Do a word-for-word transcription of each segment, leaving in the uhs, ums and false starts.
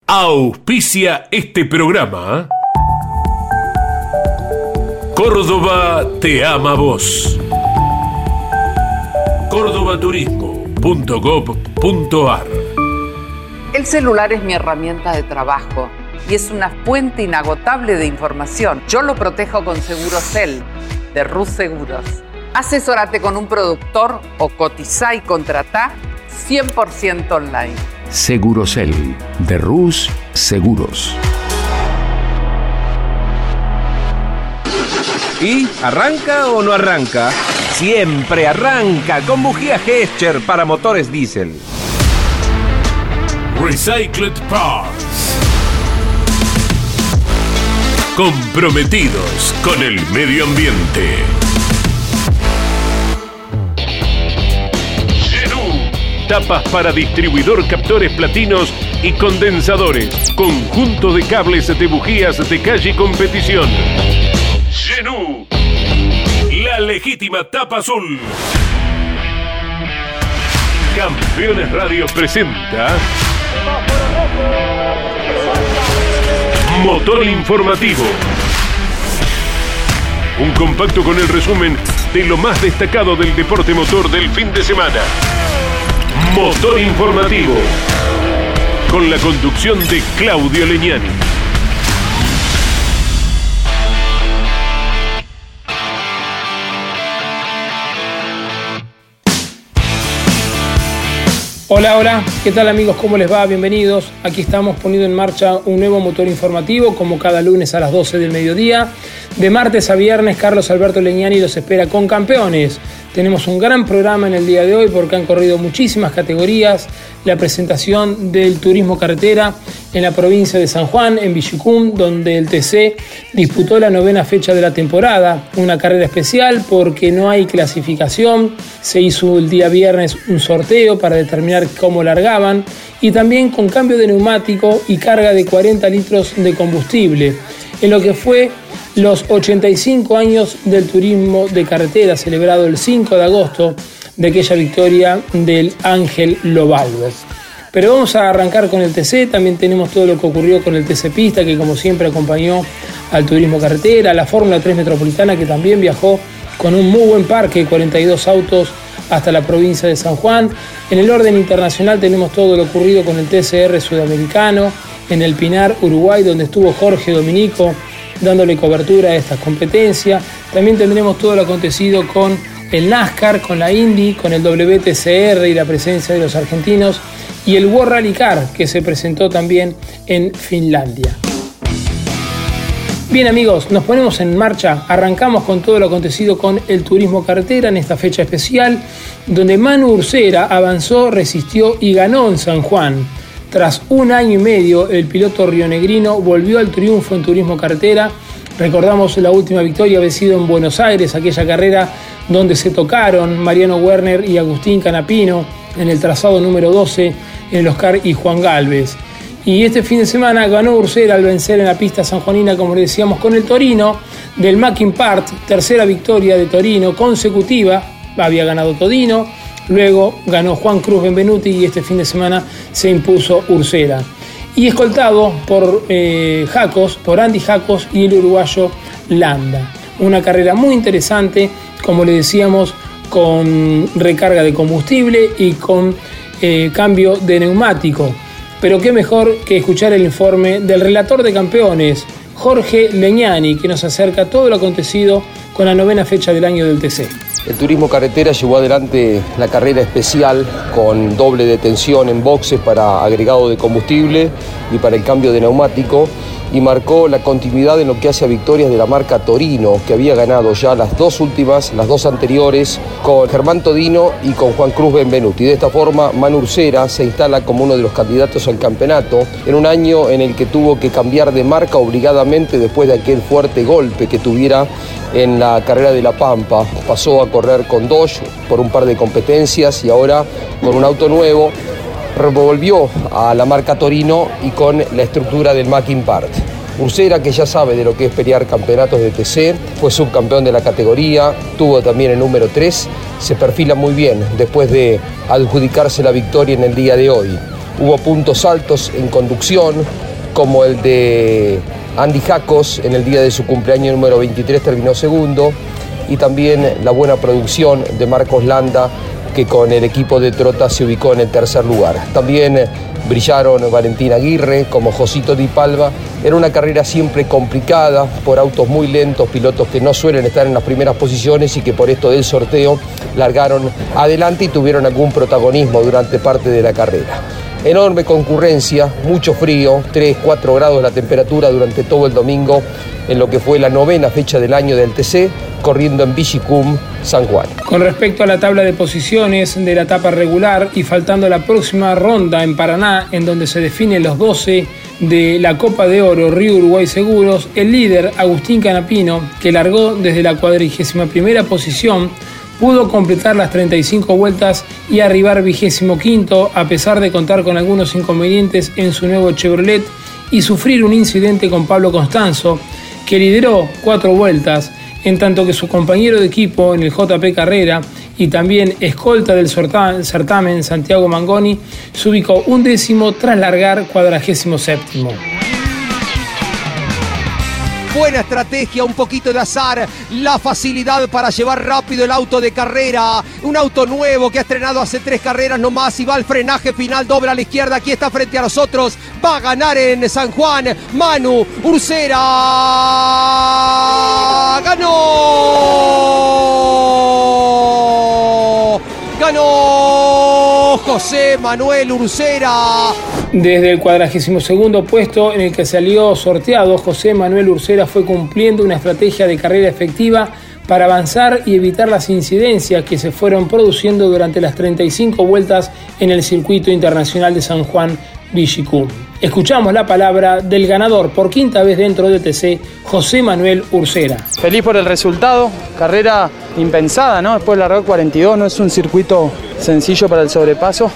auspicia este programa. Córdoba te ama a vos. córdoba turismo punto gob punto ar. El celular es mi herramienta de trabajo y es una fuente inagotable de información. Yo lo protejo con Segurocel, de Rus Seguros. Asesórate con un productor o cotizá y contratá cien por ciento online. Segurocel, de Rus Seguros. ¿Y arranca o no arranca? Siempre arranca con bujía Gescher para motores diésel. Recycled Parts. Comprometidos con el medio ambiente. Genú. Tapas para distribuidor, captores platinos y condensadores. Conjunto de cables de bujías de calle y competición. Genú. La legítima tapa azul. Campeones Radio presenta Motor Informativo. Un compacto con el resumen de lo más destacado del deporte motor del fin de semana. Motor Informativo. Con la conducción de Claudio Legnani. Hola, hola, ¿qué tal amigos? ¿Cómo les va? Bienvenidos. Aquí estamos poniendo en marcha un nuevo motor informativo, como cada lunes a las doce del mediodía. De martes a viernes, Carlos Alberto Legnani los espera con campeones. Tenemos un gran programa en el día de hoy porque han corrido muchísimas categorías. La presentación del turismo carretera en la provincia de San Juan, en Villucún, donde el T C disputó la novena fecha de la temporada. Una carrera especial porque no hay clasificación. Se hizo el día viernes un sorteo para determinar cómo largaban y también con cambio de neumático y carga de cuarenta litros de combustible. En lo que fue los ochenta y cinco años del turismo de carretera, celebrado el cinco de agosto, de aquella victoria del Ángel Lobaldo. Pero vamos a arrancar con el T C. También tenemos todo lo que ocurrió con el T C Pista, que como siempre acompañó al turismo carretera, la Fórmula tres Metropolitana, que también viajó con un muy buen parque, cuarenta y dos autos hasta la provincia de San Juan. En el orden internacional tenemos todo lo ocurrido con el T C R sudamericano, en el Pinar, Uruguay, donde estuvo Jorge Dominico dándole cobertura a esta competencia. También tendremos todo lo acontecido con el NASCAR, con la Indy, con el W T C R y la presencia de los argentinos, y el World Rally Car, que se presentó también en Finlandia. Bien amigos, nos ponemos en marcha, arrancamos con todo lo acontecido con el turismo carretera en esta fecha especial, donde Manu Ursera avanzó, resistió y ganó en San Juan. Tras un año y medio, el piloto rionegrino volvió al triunfo en turismo carretera. Recordamos la última victoria había sido en Buenos Aires, aquella carrera donde se tocaron Mariano Werner y Agustín Canapino en el trazado número doce en el Oscar y Juan Galvez. Y este fin de semana ganó Ursera al vencer en la pista sanjuanina, como le decíamos, con el Torino del Mackin Part, tercera victoria de Torino consecutiva. Había ganado Todino, luego ganó Juan Cruz Benvenuti y este fin de semana se impuso Ursera. Y escoltado por eh, Jacos, por Andy Jacos y el uruguayo Landa. Una carrera muy interesante, como le decíamos, con recarga de combustible y con eh, cambio de neumático. Pero qué mejor que escuchar el informe del relator de campeones, Jorge Legnani, que nos acerca todo lo acontecido con la novena fecha del año del T C. El turismo carretera llevó adelante la carrera especial con doble detención en boxes para agregado de combustible y para el cambio de neumático, y marcó la continuidad en lo que hace a victorias de la marca Torino, que había ganado ya las dos últimas, las dos anteriores, con Germán Todino y con Juan Cruz Benvenuti. De esta forma, Manu Ursera se instala como uno de los candidatos al campeonato en un año en el que tuvo que cambiar de marca obligadamente después de aquel fuerte golpe que tuviera en la carrera de La Pampa. Pasó a correr con Dodge por un par de competencias y ahora con un auto nuevo volvió a la marca Torino y con la estructura del Mackin Part. Ursera, que ya sabe de lo que es pelear campeonatos de T C, fue subcampeón de la categoría, tuvo también el número tres, se perfila muy bien después de adjudicarse la victoria en el día de hoy. Hubo puntos altos en conducción, como el de Andy Jacos en el día de su cumpleaños número veintitrés, terminó segundo, y también la buena producción de Marcos Landa, que con el equipo de Trota se ubicó en el tercer lugar. También brillaron Valentín Aguirre como Josito Di Palva. Era una carrera siempre complicada por autos muy lentos, pilotos que no suelen estar en las primeras posiciones y que por esto del sorteo largaron adelante y tuvieron algún protagonismo durante parte de la carrera. Enorme concurrencia, mucho frío, tres, cuatro grados la temperatura durante todo el domingo en lo que fue la novena fecha del año del T C, corriendo en Vigicum, San Juan. Con respecto a la tabla de posiciones de la etapa regular y faltando la próxima ronda en Paraná, en donde se definen los doce de la Copa de Oro Río Uruguay Seguros, el líder Agustín Canapino, que largó desde la cuadragésima primera posición, pudo completar las treinta y cinco vueltas y arribar vigésimo quinto, a pesar de contar con algunos inconvenientes en su nuevo Chevrolet y sufrir un incidente con Pablo Constanzo, que lideró cuatro vueltas, en tanto que su compañero de equipo en el J P Carrera y también escolta del certamen, Santiago Mangoni, se ubicó un décimo tras largar cuadragésimo séptimo. Buena estrategia, un poquito de azar, la facilidad para llevar rápido el auto de carrera. Un auto nuevo que ha estrenado hace tres carreras nomás y va al frenaje final, dobla a la izquierda, aquí está frente a nosotros. Va a ganar en San Juan, Manu Ursera. ¡Ganó! ¡Ganó José Manuel Ursera! Desde el cuadragésimo segundo puesto en el que salió sorteado, José Manuel Ursera fue cumpliendo una estrategia de carrera efectiva para avanzar y evitar las incidencias que se fueron produciendo durante las treinta y cinco vueltas en el circuito internacional de San Juan Vigicum. Escuchamos la palabra del ganador por quinta vez dentro de T C, José Manuel Ursera. Feliz por el resultado, carrera impensada, ¿no? Después de largar cuarenta y dos, no es un circuito sencillo para el sobrepaso.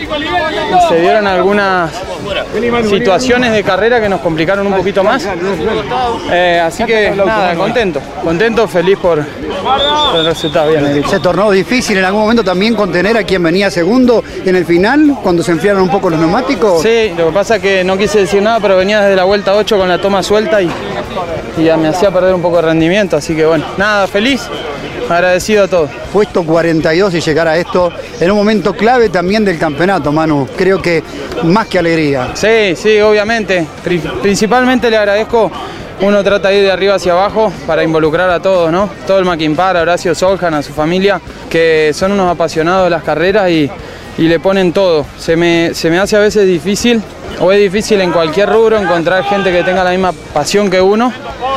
Se dieron algunas situaciones de carrera que nos complicaron un poquito más. Eh, así que nada, contento, contento, feliz por, por el resultado. Bien, se tornó difícil en algún momento también contener a quien venía segundo en el final, cuando se enfriaron un poco los neumáticos. Sí, lo que pasa es que no quise decir nada, pero venía desde la vuelta ocho con la toma suelta y, y ya me hacía perder un poco de rendimiento, así que bueno, nada, feliz. Agradecido a todos. Puesto cuarenta y dos y llegar a esto en un momento clave también del campeonato, Manu. Creo que más que alegría. Sí, sí, obviamente. Principalmente le agradezco, uno trata de ir de arriba hacia abajo para involucrar a todos, ¿no? Todo el Maquimpar, a Horacio Soljan, a su familia, que son unos apasionados de las carreras y, y le ponen todo. Se me, se me hace a veces difícil, o es difícil en cualquier rubro, encontrar gente que tenga la misma pasión que uno.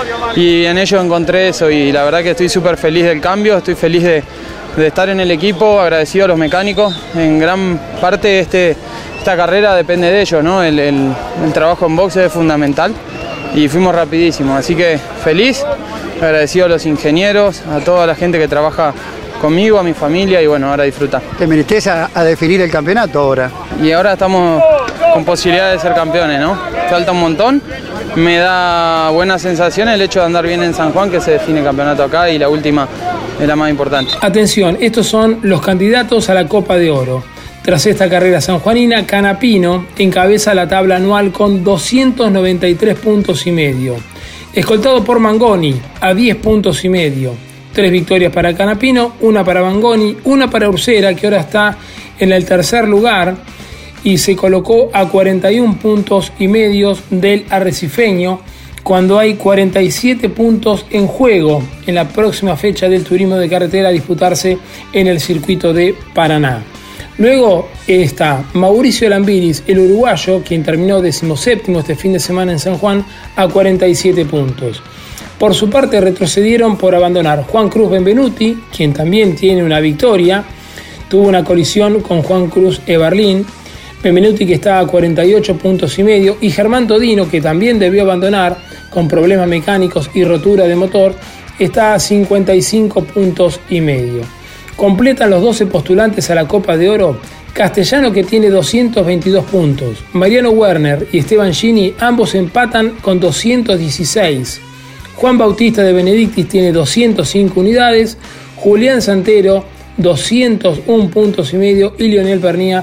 Y en ello encontré eso y la verdad que estoy súper feliz del cambio, estoy feliz de, de estar en el equipo, agradecido a los mecánicos. En gran parte este, esta carrera depende de ellos, ¿no? El, el, el trabajo en boxe es fundamental y fuimos rapidísimos, así que feliz, agradecido a los ingenieros, a toda la gente que trabaja conmigo, a mi familia y bueno, ahora disfrutar. Te mereces a, a definir el campeonato ahora. Y ahora estamos con posibilidad de ser campeones, ¿no? Falta un montón. Me da buena sensación el hecho de andar bien en San Juan, que se define el campeonato acá y la última es la más importante. Atención, estos son los candidatos a la Copa de Oro. Tras esta carrera sanjuanina, Canapino encabeza la tabla anual con doscientos noventa y tres puntos y medio. Escoltado por Mangoni a diez puntos y medio. Tres victorias para Canapino, una para Mangoni, una para Ursera, que ahora está en el tercer lugar y se colocó a cuarenta y un puntos y medios del arrecifeño, cuando hay cuarenta y siete puntos en juego en la próxima fecha del turismo de carretera a disputarse en el circuito de Paraná. Luego está Mauricio Lambiris, el uruguayo, quien terminó decimoséptimo este fin de semana en San Juan a cuarenta y siete puntos. Por su parte retrocedieron por abandonar Juan Cruz Benvenuti, quien también tiene una victoria, tuvo una colisión con Juan Cruz Eberlín. Benvenuti, que está a cuarenta y ocho puntos y medio, y Germán Todino, que también debió abandonar con problemas mecánicos y rotura de motor, está a cincuenta y cinco puntos y medio. Completan los doce postulantes a la Copa de Oro Castellano, que tiene doscientos veintidós puntos, Mariano Werner y Esteban Gini ambos empatan con doscientos dieciséis, Juan Bautista de Benedictis tiene doscientos cinco unidades, Julián Santero doscientos uno puntos y medio y Lionel Pernía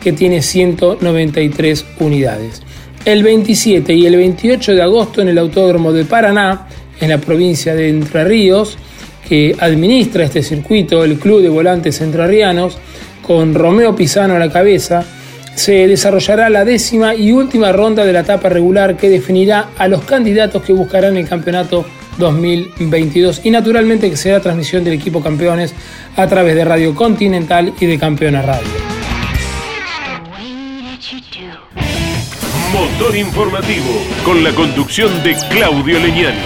que tiene ciento noventa y tres unidades. El veintisiete y el veintiocho de agosto en el Autódromo de Paraná, en la provincia de Entre Ríos, que administra este circuito, el Club de Volantes Entrerrianos, con Romeo Pisano a la cabeza, se desarrollará la décima y última ronda de la etapa regular que definirá a los candidatos que buscarán el campeonato dos mil veintidós y naturalmente que será transmisión del equipo campeones a través de Radio Continental y de Campeones Radio. Motor Informativo, con la conducción de Claudio Leñani.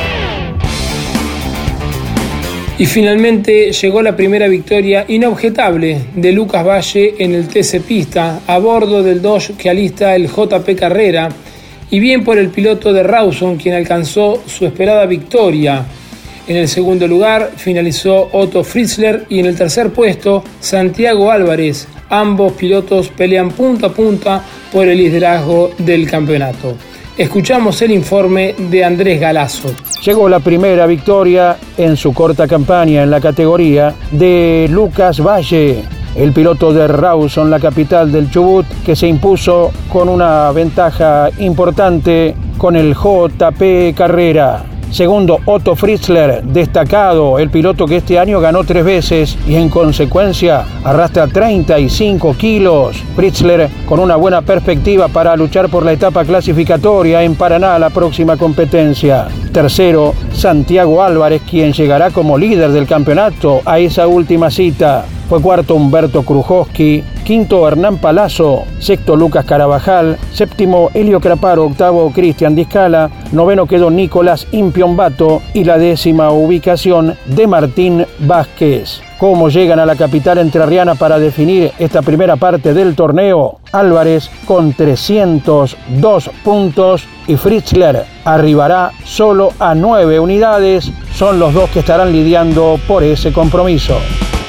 Y finalmente llegó la primera victoria inobjetable de Lucas Valle en el T C Pista a bordo del Dodge que alista el J P Carrera, y bien por el piloto de Rawson, quien alcanzó su esperada victoria. En el segundo lugar finalizó Otto Fritzler y en el tercer puesto Santiago Álvarez. Ambos pilotos pelean punta a punta por el liderazgo del campeonato. Escuchamos el informe de Andrés Galazo. Llegó la primera victoria en su corta campaña en la categoría de Lucas Valle, el piloto de Rawson, la capital del Chubut, que se impuso con una ventaja importante con el J P Carrera. Segundo, Otto Fritzler, destacado, el piloto que este año ganó tres veces y en consecuencia arrastra treinta y cinco kilos. Fritzler con una buena perspectiva para luchar por la etapa clasificatoria en Paraná, la próxima competencia. Tercero, Santiago Álvarez, quien llegará como líder del campeonato a esa última cita. Fue cuarto Humberto Krujowski, quinto Hernán Palazzo, sexto Lucas Carabajal, séptimo Elio Craparo, octavo Cristian Discala, noveno quedó Nicolás Impiombato y la décima ubicación de Martín Vázquez. ¿Cómo llegan a la capital entrerriana para definir esta primera parte del torneo? Álvarez con trescientos dos puntos y Fritzler arribará solo a nueve unidades. Son los dos que estarán lidiando por ese compromiso.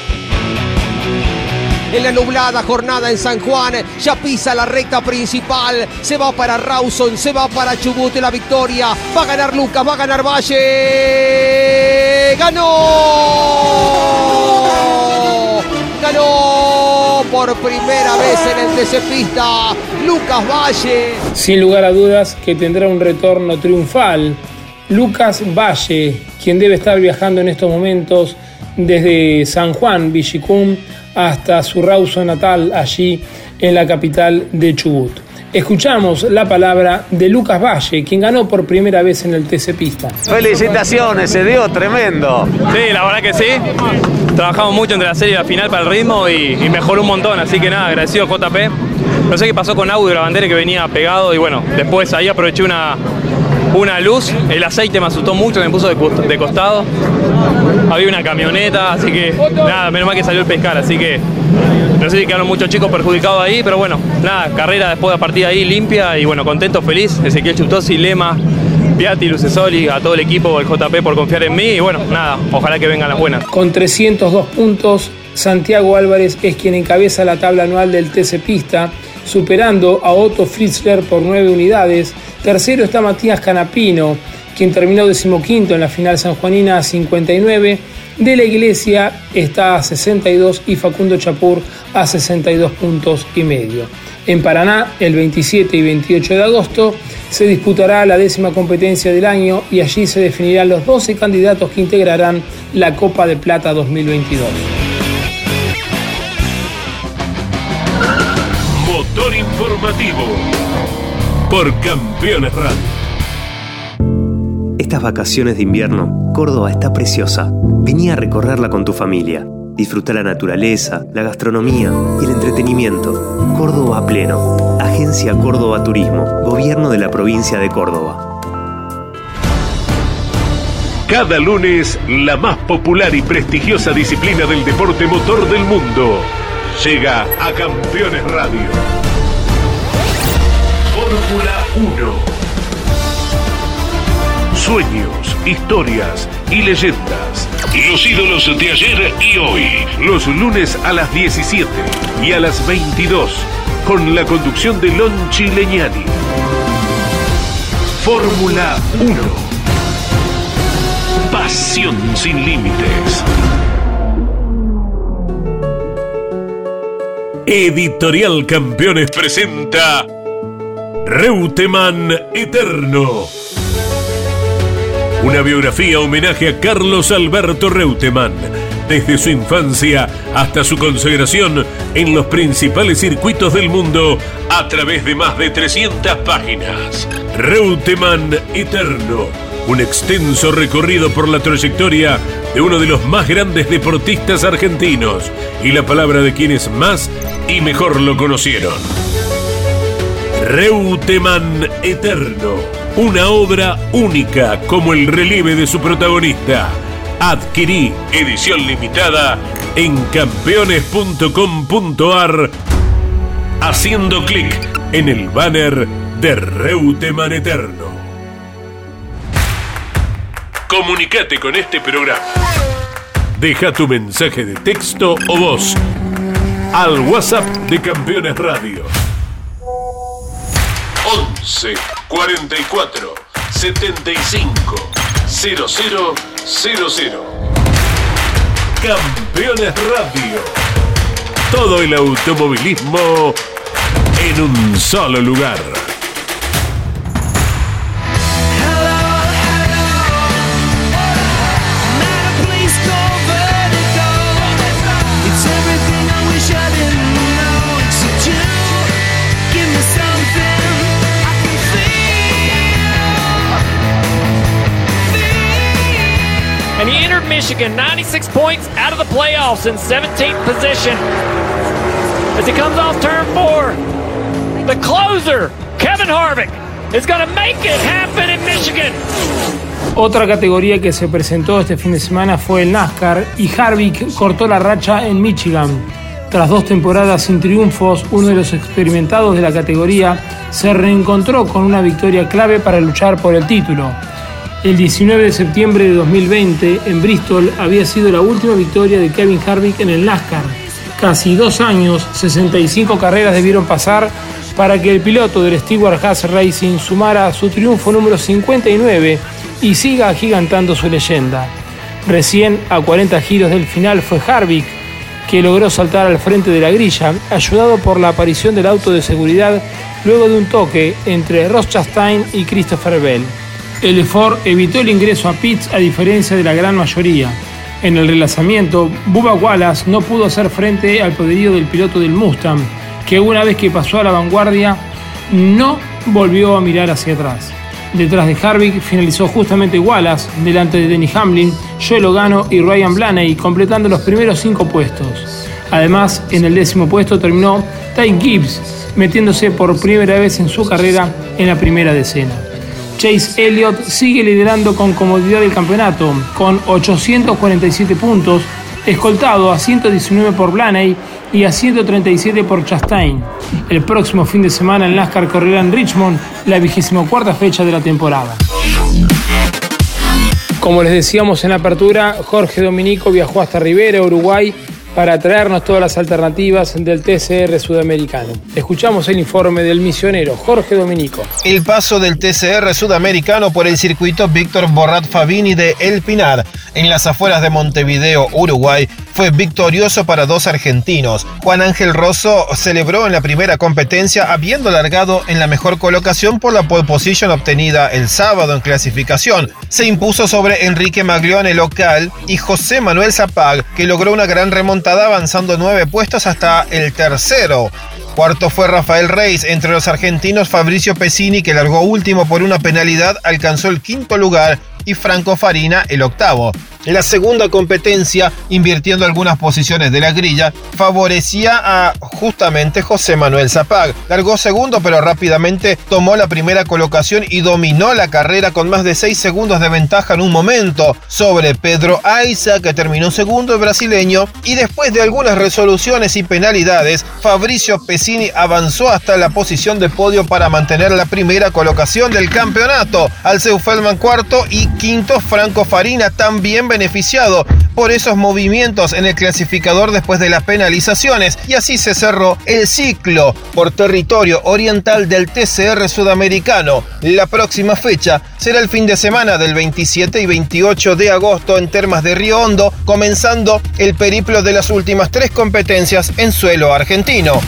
En la nublada jornada en San Juan, ya pisa la recta principal, se va para Rawson, se va para Chubut la victoria, va a ganar Lucas, va a ganar Valle, ganó, ganó por primera vez en el T C Pista, Lucas Valle. Sin lugar a dudas que tendrá un retorno triunfal, Lucas Valle, quien debe estar viajando en estos momentos desde San Juan, Villicum, hasta su Rawson natal, allí en la capital de Chubut. Escuchamos la palabra de Lucas Valle, quien ganó por primera vez en el T C Pista. Felicitaciones, se dio tremendo. Sí, la verdad que sí. Trabajamos mucho entre la serie y la final para el ritmo y, y mejoró un montón, así que nada, agradecido a J P. No sé qué pasó con Audio, la bandera que venía pegado y bueno, después ahí aproveché una, una luz, el aceite me asustó mucho, me puso de, de costado. Había una camioneta, así que nada, menos mal que salió el pescar, así que no sé si quedaron muchos chicos perjudicados ahí, pero bueno, nada, carrera después de partir ahí limpia y bueno, contento, feliz. Ezequiel Chutosi, Lema, Piatti, Lucesoli, a todo el equipo, el J P por confiar en mí y bueno, nada, ojalá que vengan las buenas. Con trescientos dos puntos, Santiago Álvarez es quien encabeza la tabla anual del T C Pista, superando a Otto Fritzler por nueve unidades. Tercero está Matías Canapino, quien terminó decimoquinto en la final sanjuanina a cincuenta y nueve. De la Iglesia está a sesenta y dos y Facundo Chapur a sesenta y dos puntos y medio. En Paraná, el veintisiete y veintiocho de agosto, se disputará la décima competencia del año y allí se definirán los doce candidatos que integrarán la Copa de Plata dos mil veintidós. Motor Informativo por Campeones Radio. Estas vacaciones de invierno, Córdoba está preciosa. Vení a recorrerla con tu familia. Disfruta la naturaleza, la gastronomía y el entretenimiento. Córdoba a pleno. Agencia Córdoba Turismo. Gobierno de la provincia de Córdoba. Cada lunes, la más popular y prestigiosa disciplina del deporte motor del mundo llega a Campeones Radio. Fórmula uno. Sueños, historias y leyendas. Los ídolos de ayer y hoy. Los lunes a las diecisiete y a las veintidós. Con la conducción de Lonchi Leñani. Fórmula uno. Pasión sin límites. Editorial Campeones presenta Reutemann Eterno. Una biografía homenaje a Carlos Alberto Reutemann, desde su infancia hasta su consagración en los principales circuitos del mundo a través de más de trescientas páginas. Reutemann Eterno, un extenso recorrido por la trayectoria de uno de los más grandes deportistas argentinos y la palabra de quienes más y mejor lo conocieron. Reutemann Eterno, una obra única como el relieve de su protagonista. Adquirí edición limitada en campeones punto com punto ar haciendo clic en el banner de Reutemann Eterno. Comunicate con este programa. Deja tu mensaje de texto o voz al WhatsApp de Campeones Radio. once cuarenta y cuatro setenta y cinco cero cero cero cero. Campeones Radio. Todo el automovilismo en un solo lugar. And he entered Michigan ninety-six points out of the playoffs in seventeenth position. As he comes off turn four, the closer, Kevin Harvick, is going to make it happen in Michigan. Otra categoría que se presentó este fin de semana fue el NASCAR y Harvick cortó la racha en Michigan. Tras dos temporadas sin triunfos, uno de los experimentados de la categoría se reencontró con una victoria clave para luchar por el título. El diecinueve de septiembre de dos mil veinte, en Bristol, había sido la última victoria de Kevin Harvick en el NASCAR. Casi dos años, sesenta y cinco carreras debieron pasar para que el piloto del Stewart-Haas Racing sumara su triunfo número cincuenta y nueve y siga agigantando su leyenda. Recién, a cuarenta giros del final, fue Harvick que logró saltar al frente de la grilla, ayudado por la aparición del auto de seguridad luego de un toque entre Ross Chastain y Christopher Bell. El Ford evitó el ingreso a pits a diferencia de la gran mayoría. En el relanzamiento, Bubba Wallace no pudo hacer frente al poderío del piloto del Mustang, que una vez que pasó a la vanguardia, no volvió a mirar hacia atrás. Detrás de Harvick finalizó justamente Wallace, delante de Denny Hamlin, Joe Logano y Ryan Blaney, completando los primeros cinco puestos. Además, en el décimo puesto terminó Ty Gibbs, metiéndose por primera vez en su carrera en la primera decena. Chase Elliott sigue liderando con comodidad el campeonato, con ochocientos cuarenta y siete puntos, escoltado a ciento diecinueve por Blaney y a ciento treinta y siete por Chastain. El próximo fin de semana el NASCAR correrá en Richmond, la vigésima cuarta fecha de la temporada. Como les decíamos en la apertura, Jorge Dominico viajó hasta Rivera, Uruguay, para traernos todas las alternativas del T C R sudamericano. Escuchamos el informe del misionero Jorge Dominico. El paso del T C R sudamericano por el circuito Víctor Borrat Fabini de El Pinar, en las afueras de Montevideo, Uruguay, fue victorioso para dos argentinos. Juan Ángel Rosso celebró en la primera competencia habiendo largado en la mejor colocación por la pole position obtenida el sábado en clasificación. Se impuso sobre Enrique Maglione local y José Manuel Zapag, que logró una gran remontada avanzando nueve puestos hasta el tercero. Cuarto fue Rafael Reis. Entre los argentinos, Fabricio Pesini, que largó último por una penalidad, alcanzó el quinto lugar, y Franco Farina el octavo. La segunda competencia, invirtiendo algunas posiciones de la grilla, favorecía a justamente José Manuel Zapag. Largó segundo, pero rápidamente tomó la primera colocación y dominó la carrera con más de seis segundos de ventaja en un momento sobre Pedro Aiza, que terminó segundo, el brasileño, y después de algunas resoluciones y penalidades, Fabricio Pesini avanzó hasta la posición de podio para mantener la primera colocación del campeonato. Alceu Feldman cuarto y Quinto, Franco Farina, también beneficiado por esos movimientos en el clasificador después de las penalizaciones. Y así se cerró el ciclo por territorio oriental del T C R sudamericano. La próxima fecha será el fin de semana del veintisiete y veintiocho de agosto en Termas de Río Hondo, comenzando el periplo de las últimas tres competencias en suelo argentino.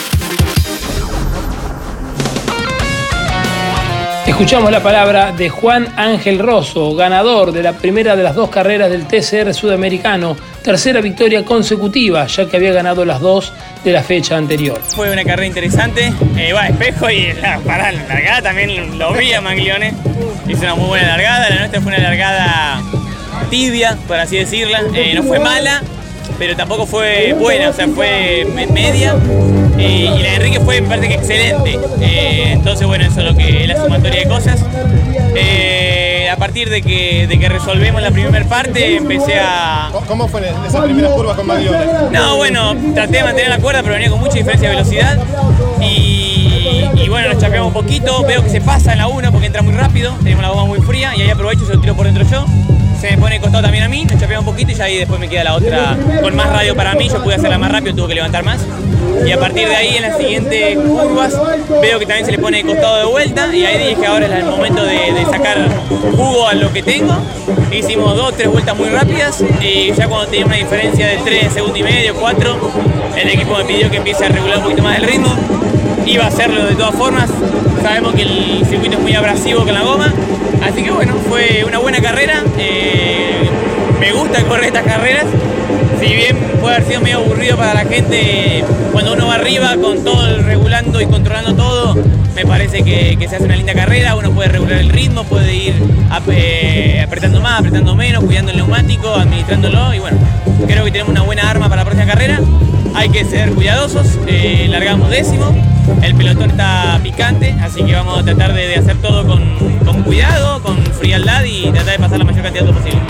Escuchamos la palabra de Juan Ángel Rosso, ganador de la primera de las dos carreras del T C R sudamericano, tercera victoria consecutiva, ya que había ganado las dos de la fecha anterior. Fue una carrera interesante, eh, va, espejo y la, para la largada también lo vi a Manglione, hizo una muy buena largada, la nuestra fue una largada tibia, por así decirla, eh, no fue mala, pero tampoco fue buena, o sea, fue media. Eh, y la de Enrique fue, me parece que excelente. Eh, entonces, bueno, eso es lo que es la sumatoria de cosas. Eh, a partir de que, de que resolvemos la primera parte, empecé a... ¿Cómo fue esa primera curva con Manglione? No, bueno, traté de mantener la cuerda, pero venía con mucha diferencia de velocidad. Y, y bueno, nos chapeamos un poquito. Veo que se pasa en la uno porque entra muy rápido. Tenemos la goma muy fría y ahí aprovecho y se lo tiro por dentro yo. Se me pone de costado también a mí, nos chapeamos un poquito y ya ahí después me queda la otra con más radio para mí. Yo pude hacerla más rápido, tuve que levantar más. Y a partir de ahí, en las siguientes curvas, veo que también se le pone de costado de vuelta. Y ahí dije, ahora es el momento de, de sacar jugo a lo que tengo. Hicimos dos, tres vueltas muy rápidas. Y ya cuando tenía una diferencia de tres segundos y medio, cuatro, el equipo me pidió que empiece a regular un poquito más el ritmo. Iba a hacerlo de todas formas. Sabemos que el circuito es muy abrasivo con la goma. Así que bueno, fue una buena carrera. Eh, me gusta correr estas carreras. Si bien puede haber sido medio aburrido para la gente, cuando uno va arriba con todo el regulando y controlando todo, me parece que, que se hace una linda carrera. Uno puede regular el ritmo, puede ir ap eh, apretando más, apretando menos, cuidando el neumático, administrándolo. Y bueno, creo que tenemos una buena arma para la próxima carrera. Hay que ser cuidadosos. Eh, largamos décimo. El pelotón está picante, así que vamos a tratar de, de hacer todo con, con cuidado, con frialdad y tratar de pasar la mayor cantidad de tiempo posible.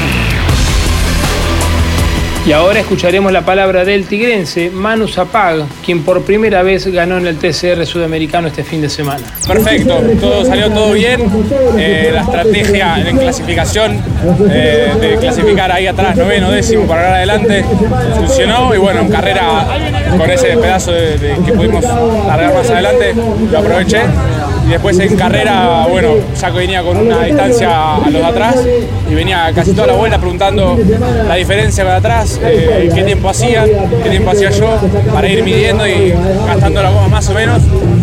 Y ahora escucharemos la palabra del tigrense Manu Zapag, quien por primera vez ganó en el T C R sudamericano este fin de semana. Perfecto, todo salió todo bien. Eh, la estrategia en clasificación, eh, de clasificar ahí atrás, noveno, décimo para ganar adelante, funcionó. Y bueno, en carrera, con ese pedazo de, de que pudimos largar más adelante, lo aproveché. Y después en carrera, bueno, ya que venía con una distancia a los de atrás y venía casi toda la vuelta preguntando la diferencia de atrás, eh, qué tiempo hacían, qué tiempo hacía yo, para ir midiendo y gastando la goma más o menos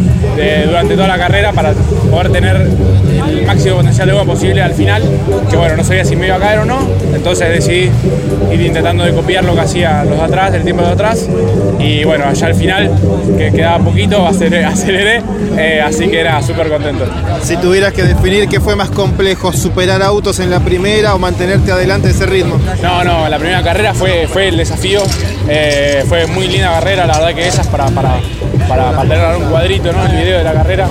de, durante toda la carrera para poder tener el máximo potencial de goma posible al final, que bueno, no sabía si me iba a caer o no, entonces decidí ir intentando de copiar lo que hacían los de atrás, el tiempo de atrás, y bueno, allá al final, que quedaba poquito, aceleré, aceleré eh, así que era súper contento. Si tuvieras que definir qué fue más complejo, superar autos en la primera o mantenerte adelante de ese ritmo. No, no, la primera carrera fue, fue el desafío, eh, fue muy linda carrera, la verdad que esas para, para, para, para tener un cuadrito, ¿no? El video de la carrera,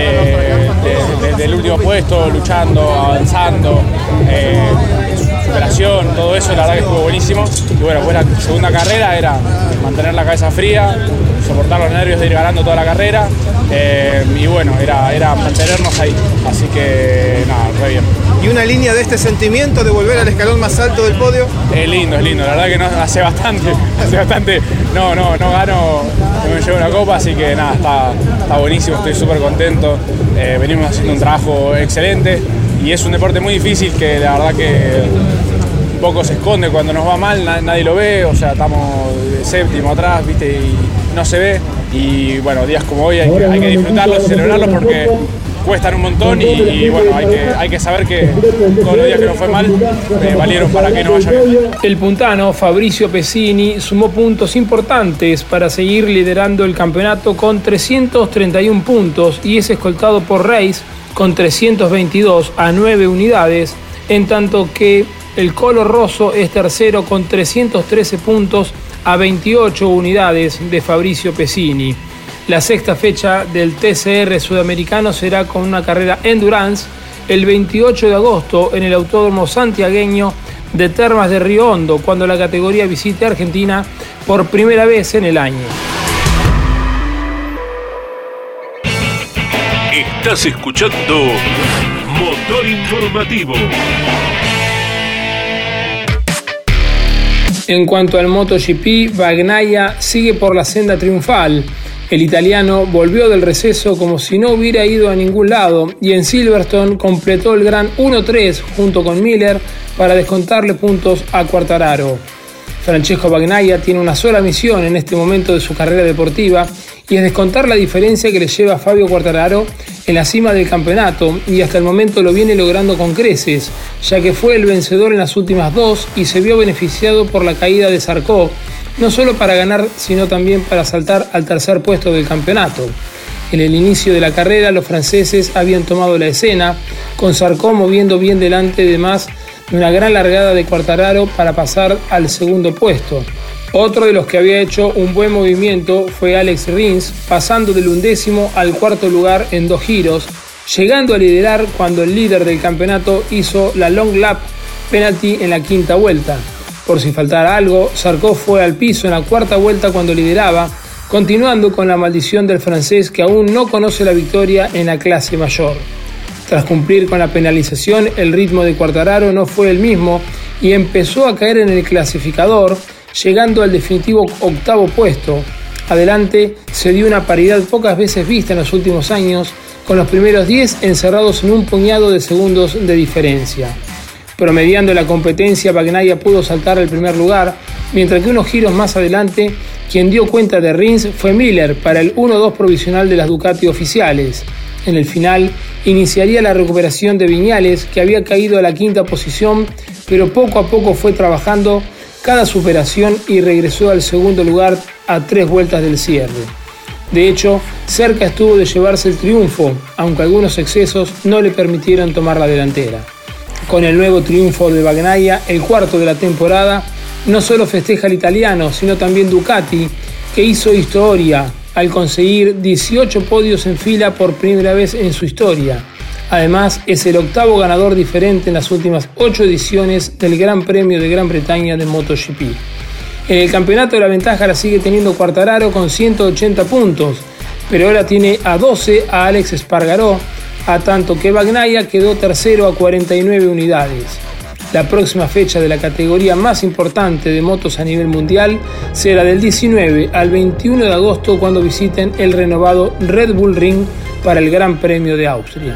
eh, de, de, del último puesto, luchando, avanzando, eh, superación, todo eso, la verdad que estuvo buenísimo. Y bueno, pues la segunda carrera era mantener la cabeza fría, soportar los nervios de ir ganando toda la carrera, eh, y bueno, era, era mantenernos ahí, así que nada, re bien. ¿Y una línea de este sentimiento de volver al escalón más alto del podio? Es lindo, es lindo, la verdad que no, hace bastante, hace bastante, no, no, no gano, no me llevo una copa, así que nada, está, está buenísimo, estoy súper contento, eh, venimos haciendo un trabajo excelente y es un deporte muy difícil que la verdad que un poco se esconde cuando nos va mal, na, nadie lo ve, o sea, estamos de séptimo atrás, viste, y no se ve, y bueno, días como hoy hay que, hay que disfrutarlos y celebrarlos porque cuestan un montón y, y bueno, hay que, hay que saber que todos los días que nos fue mal eh, valieron para que no vaya bien. El puntano Fabricio Pesini sumó puntos importantes para seguir liderando el campeonato con trescientos treinta y uno puntos y es escoltado por Reis con trescientos veintidós a nueve unidades, en tanto que el Colo Rosso es tercero con trescientos trece puntos a veintiocho unidades de Fabricio Pesini. La sexta fecha del T C R sudamericano será con una carrera endurance el veintiocho de agosto en el Autódromo Santiagueño de Termas de Río Hondo, cuando la categoría visite Argentina por primera vez en el año. Estás escuchando Motor informativo. En cuanto al MotoGP, Bagnaia sigue por la senda triunfal. El italiano volvió del receso como si no hubiera ido a ningún lado y en Silverstone completó el Gran uno tres junto con Miller para descontarle puntos a Quartararo. Francesco Bagnaia tiene una sola misión en este momento de su carrera deportiva y es descontar la diferencia que le lleva a Fabio Quartararo en la cima del campeonato, y hasta el momento lo viene logrando con creces, ya que fue el vencedor en las últimas dos y se vio beneficiado por la caída de Zarco, no solo para ganar, sino también para saltar al tercer puesto del campeonato. En el inicio de la carrera, los franceses habían tomado la escena, con Zarco moviendo bien delante de más de una gran largada de Quartararo para pasar al segundo puesto. Otro de los que había hecho un buen movimiento fue Alex Rins, pasando del undécimo al cuarto lugar en dos giros, llegando a liderar cuando el líder del campeonato hizo la long lap penalty en la quinta vuelta. Por si faltara algo, Zarco fue al piso en la cuarta vuelta cuando lideraba, continuando con la maldición del francés que aún no conoce la victoria en la clase mayor. Tras cumplir con la penalización, el ritmo de Quartararo no fue el mismo y empezó a caer en el clasificador, llegando al definitivo octavo puesto. Adelante se dio una paridad pocas veces vista en los últimos años, con los primeros diez encerrados en un puñado de segundos de diferencia. Promediando la competencia, Bagnaia pudo saltar al primer lugar, mientras que unos giros más adelante, quien dio cuenta de Rins fue Miller para el uno dos provisional de las Ducati oficiales. En el final, iniciaría la recuperación de Viñales, que había caído a la quinta posición, pero poco a poco fue trabajando cada superación y regresó al segundo lugar a tres vueltas del cierre. De hecho, cerca estuvo de llevarse el triunfo, aunque algunos excesos no le permitieron tomar la delantera. Con el nuevo triunfo de Bagnaia, el cuarto de la temporada, no solo festeja el italiano, sino también Ducati, que hizo historia al conseguir dieciocho podios en fila por primera vez en su historia. Además, es el octavo ganador diferente en las últimas ocho ediciones del Gran Premio de Gran Bretaña de MotoGP. En el campeonato la ventaja la sigue teniendo Quartararo con ciento ochenta puntos, pero ahora tiene a doce a Alex Espargaró, a tanto que Bagnaia quedó tercero a cuarenta y nueve unidades. La próxima fecha de la categoría más importante de motos a nivel mundial será del diecinueve al veintiuno de agosto, cuando visiten el renovado Red Bull Ring para el Gran Premio de Austria.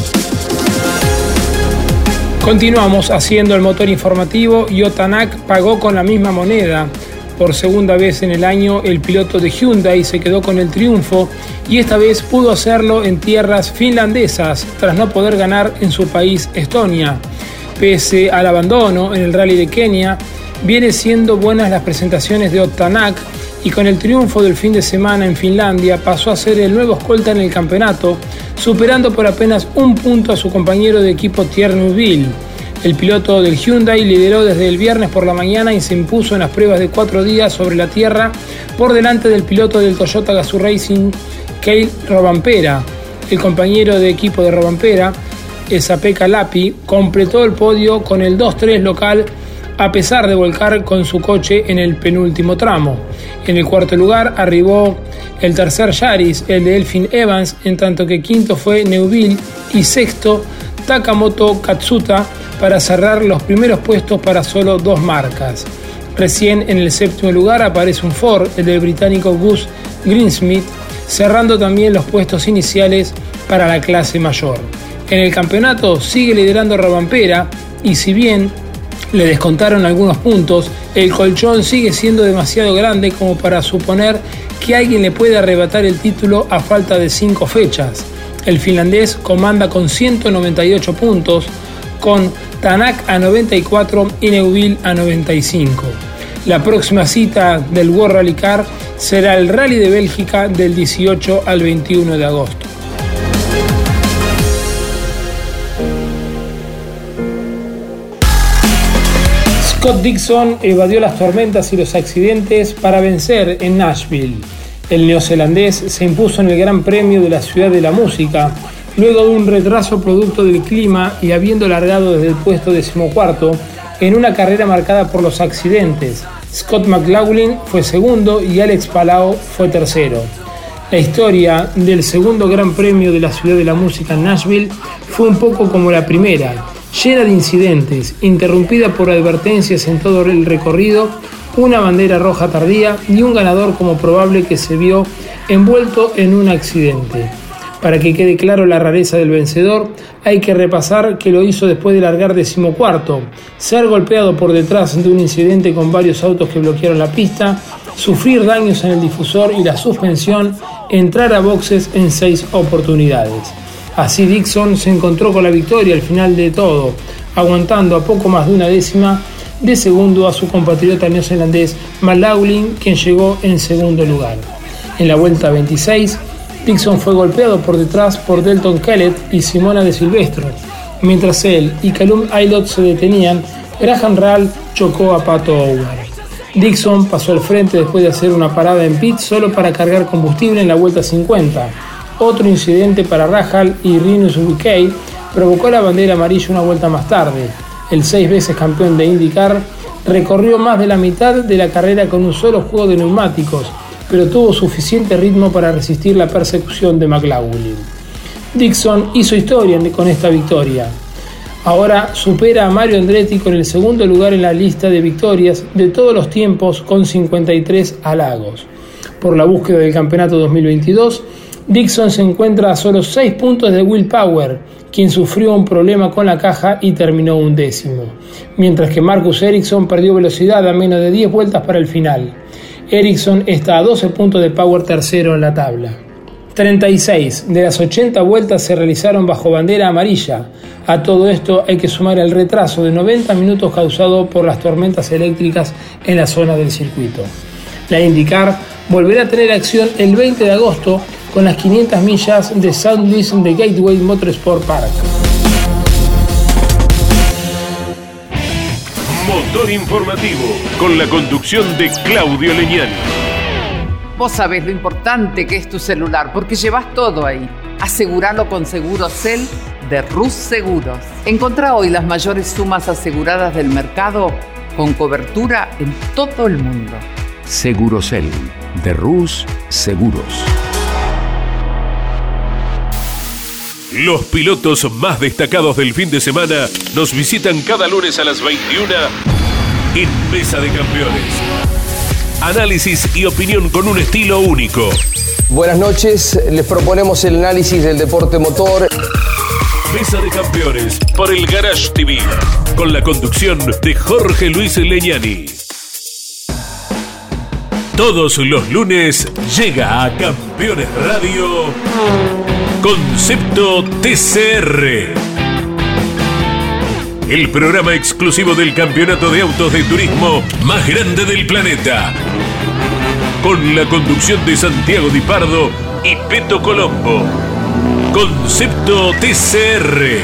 Continuamos haciendo el motor informativo y Otanak pagó con la misma moneda. Por segunda vez en el año, el piloto de Hyundai se quedó con el triunfo y esta vez pudo hacerlo en tierras finlandesas tras no poder ganar en su país, Estonia. Pese al abandono en el Rally de Kenia, vienen siendo buenas las presentaciones de Otanak y con el triunfo del fin de semana en Finlandia pasó a ser el nuevo escolta en el campeonato, superando por apenas un punto a su compañero de equipo Thierry Neuville. El piloto del Hyundai lideró desde el viernes por la mañana y se impuso en las pruebas de cuatro días sobre la tierra por delante del piloto del Toyota Gazoo Racing, Kail Rovanperä. El compañero de equipo de Rovanperä, Esa-Pekka Lappi, completó el podio con el dos tres local a pesar de volcar con su coche en el penúltimo tramo. En el cuarto lugar arribó el tercer Yaris, el de Elfyn Evans, en tanto que quinto fue Neuville y sexto Takamoto Katsuta, para cerrar los primeros puestos para solo dos marcas. Recién en el séptimo lugar aparece un Ford, el del británico Gus Greensmith, cerrando también los puestos iniciales para la clase mayor. En el campeonato sigue liderando Rovanperä y si bien le descontaron algunos puntos, el colchón sigue siendo demasiado grande como para suponer que alguien le puede arrebatar el título a falta de cinco fechas. El finlandés comanda con ciento noventa y ocho puntos, con Tanak a noventa y cuatro y Neuville a noventa y cinco. La próxima cita del World Rally Car será el Rally de Bélgica del dieciocho al veintiuno de agosto. Scott Dixon evadió las tormentas y los accidentes para vencer en Nashville. El neozelandés se impuso en el Gran Premio de la Ciudad de la Música, luego de un retraso producto del clima y habiendo largado desde el puesto decimocuarto en una carrera marcada por los accidentes. Scott McLaughlin fue segundo y Alex Palou fue tercero. La historia del segundo Gran Premio de la Ciudad de la Música en Nashville fue un poco como la primera, llena de incidentes, interrumpida por advertencias en todo el recorrido, una bandera roja tardía y un ganador como probable que se vio envuelto en un accidente. Para que quede claro la rareza del vencedor, hay que repasar que lo hizo después de largar decimocuarto, ser golpeado por detrás de un incidente con varios autos que bloquearon la pista, sufrir daños en el difusor y la suspensión, entrar a boxes en seis oportunidades. Así Dixon se encontró con la victoria al final de todo, aguantando a poco más de una décima de segundo a su compatriota neozelandés Matt Laughlin, quien llegó en segundo lugar. En la vuelta veintiséis, Dixon fue golpeado por detrás por Delton Kellett y Simona de Silvestro. Mientras él y Callum Aylott se detenían, Graham Rahal chocó a Pato O'Ward. Dixon pasó al frente después de hacer una parada en pit solo para cargar combustible en la vuelta cincuenta. Otro incidente para Rahal y Rinus Wikey provocó la bandera amarilla una vuelta más tarde. El seis veces campeón de IndyCar recorrió más de la mitad de la carrera con un solo juego de neumáticos, pero tuvo suficiente ritmo para resistir la persecución de McLaughlin. Dixon hizo historia con esta victoria. Ahora supera a Mario Andretti con el segundo lugar en la lista de victorias de todos los tiempos con cincuenta y tres halagos. Por la búsqueda del campeonato dos mil veintidós, Dixon se encuentra a solo seis puntos de Will Power, quien sufrió un problema con la caja y terminó undécimo, mientras que Marcus Ericsson perdió velocidad a menos de diez vueltas para el final. Ericsson está a doce puntos de Power tercero en la tabla. treinta y seis de las ochenta vueltas se realizaron bajo bandera amarilla. A todo esto hay que sumar el retraso de noventa minutos causado por las tormentas eléctricas en la zona del circuito. La IndyCar volverá a tener acción el veinte de agosto con las quinientas millas de Saint Louis de Gateway Motorsport Park. Motor Informativo, con la conducción de Claudio Leñani. Vos sabés lo importante que es tu celular, porque llevas todo ahí. Aseguralo con Segurocel de Rus Seguros. Encontrá hoy las mayores sumas aseguradas del mercado con cobertura en todo el mundo. Segurocel de Rus Seguros. Los pilotos más destacados del fin de semana nos visitan cada lunes a las veintiuna en Mesa de Campeones. Análisis y opinión con un estilo único. Buenas noches, les proponemos el análisis del deporte motor. Mesa de Campeones por el Garage T V, con la conducción de Jorge Luis Leñani. Todos los lunes llega a Campeones Radio Concepto T C R, el programa exclusivo del campeonato de autos de turismo más grande del planeta, con la conducción de Santiago Di Pardo y Peto Colombo. Concepto T C R,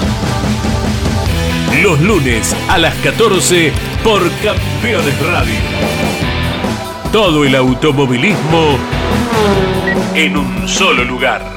los lunes a las catorce por Campeones Radio. Todo el automovilismo en un solo lugar.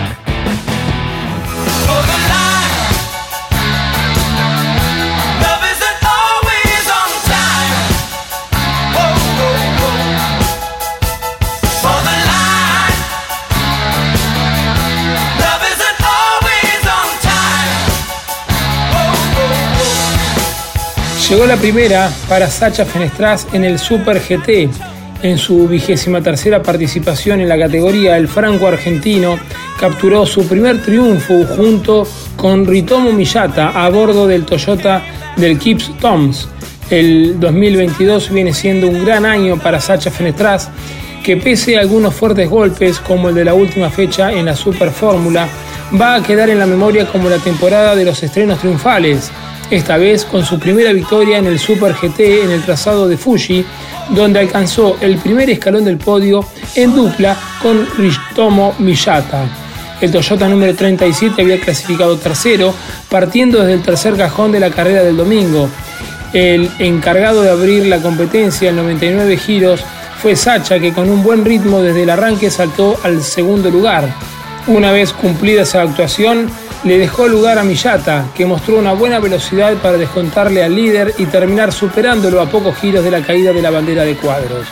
Llegó la primera para Sacha Fenestraz en el Super G T. En su vigésima tercera participación en la categoría, el franco-argentino capturó su primer triunfo junto con Ritomo Miyata a bordo del Toyota del Gibbs Toms. El dos mil veintidós viene siendo un gran año para Sacha Fenestraz, que pese a algunos fuertes golpes como el de la última fecha en la Super Fórmula, va a quedar en la memoria como la temporada de los estrenos triunfales. Esta vez con su primera victoria en el Super G T en el trazado de Fuji, donde alcanzó el primer escalón del podio en dupla con Ritomo Miyata. El Toyota número treinta y siete había clasificado tercero, partiendo desde el tercer cajón de la carrera del domingo. El encargado de abrir la competencia en noventa y nueve giros fue Sacha, que con un buen ritmo desde el arranque saltó al segundo lugar. Una vez cumplida esa actuación, le dejó lugar a Miyata, que mostró una buena velocidad para descontarle al líder y terminar superándolo a pocos giros de la caída de la bandera de cuadros.